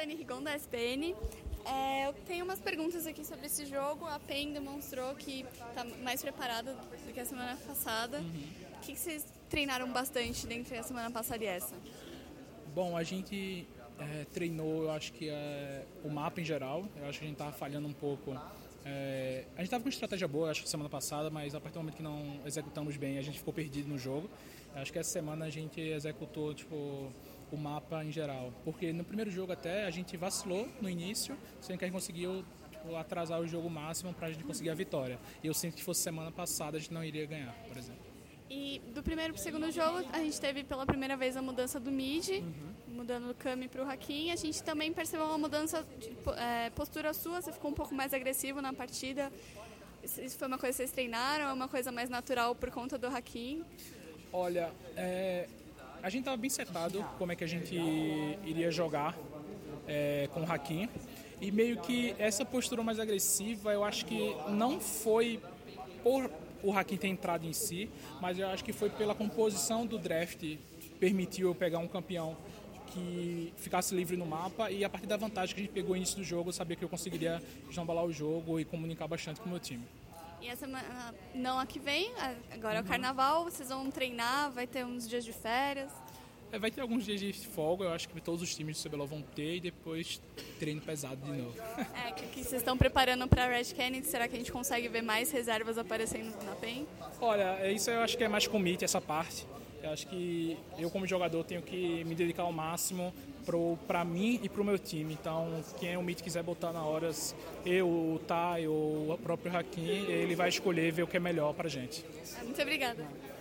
Dani Rigon, da SPN. Eu tenho umas perguntas aqui sobre esse jogo. A PEN demonstrou que está mais preparada do que a semana passada. O que vocês treinaram bastante dentro da semana passada e essa? Bom, a gente treinou, eu acho que o mapa em geral. Eu acho que a gente estava falhando um pouco. A gente estava com estratégia boa, acho que semana passada, mas a partir do momento que não executamos bem, a gente ficou perdido no jogo. Eu acho que essa semana a gente executou o mapa em geral, porque no primeiro jogo até a gente vacilou no início, sendo que a gente conseguiu atrasar o jogo máximo para a gente conseguir a vitória. E eu sinto que fosse semana passada a gente não iria ganhar, por exemplo. E do primeiro para o segundo jogo, a gente teve pela primeira vez a mudança do mid, mudando do Kami para o Hakim. A gente também percebeu uma mudança de postura sua, você ficou um pouco mais agressivo na partida. Isso foi uma coisa que vocês treinaram, é uma coisa mais natural por conta do Hakim? Olha, a gente estava bem setado como é que a gente iria jogar com o Hakim. E meio que essa postura mais agressiva, eu acho que não foi por o Hakim ter entrado em si, mas eu acho que foi pela composição do draft, permitiu eu pegar um campeão que ficasse livre no mapa, e a partir da vantagem que a gente pegou no início do jogo, eu sabia que eu conseguiria jambalar o jogo e comunicar bastante com o meu time. E a semana, não a que vem, agora é o carnaval, vocês vão treinar, vai ter uns dias de férias? Vai ter alguns dias de folga, eu acho que todos os times do CBLOL vão ter, e depois treino pesado de novo. Que vocês estão preparando para a Red Kennedy, será que a gente consegue ver mais reservas aparecendo na PEN? Olha, isso eu acho que é mais commit, essa parte. Eu acho que eu, como jogador, tenho que me dedicar ao máximo para mim e para o meu time. Então, quem o Meet quiser botar na hora, eu, o Tai ou o próprio Hakim, ele vai escolher ver o que é melhor para a gente. Muito obrigada.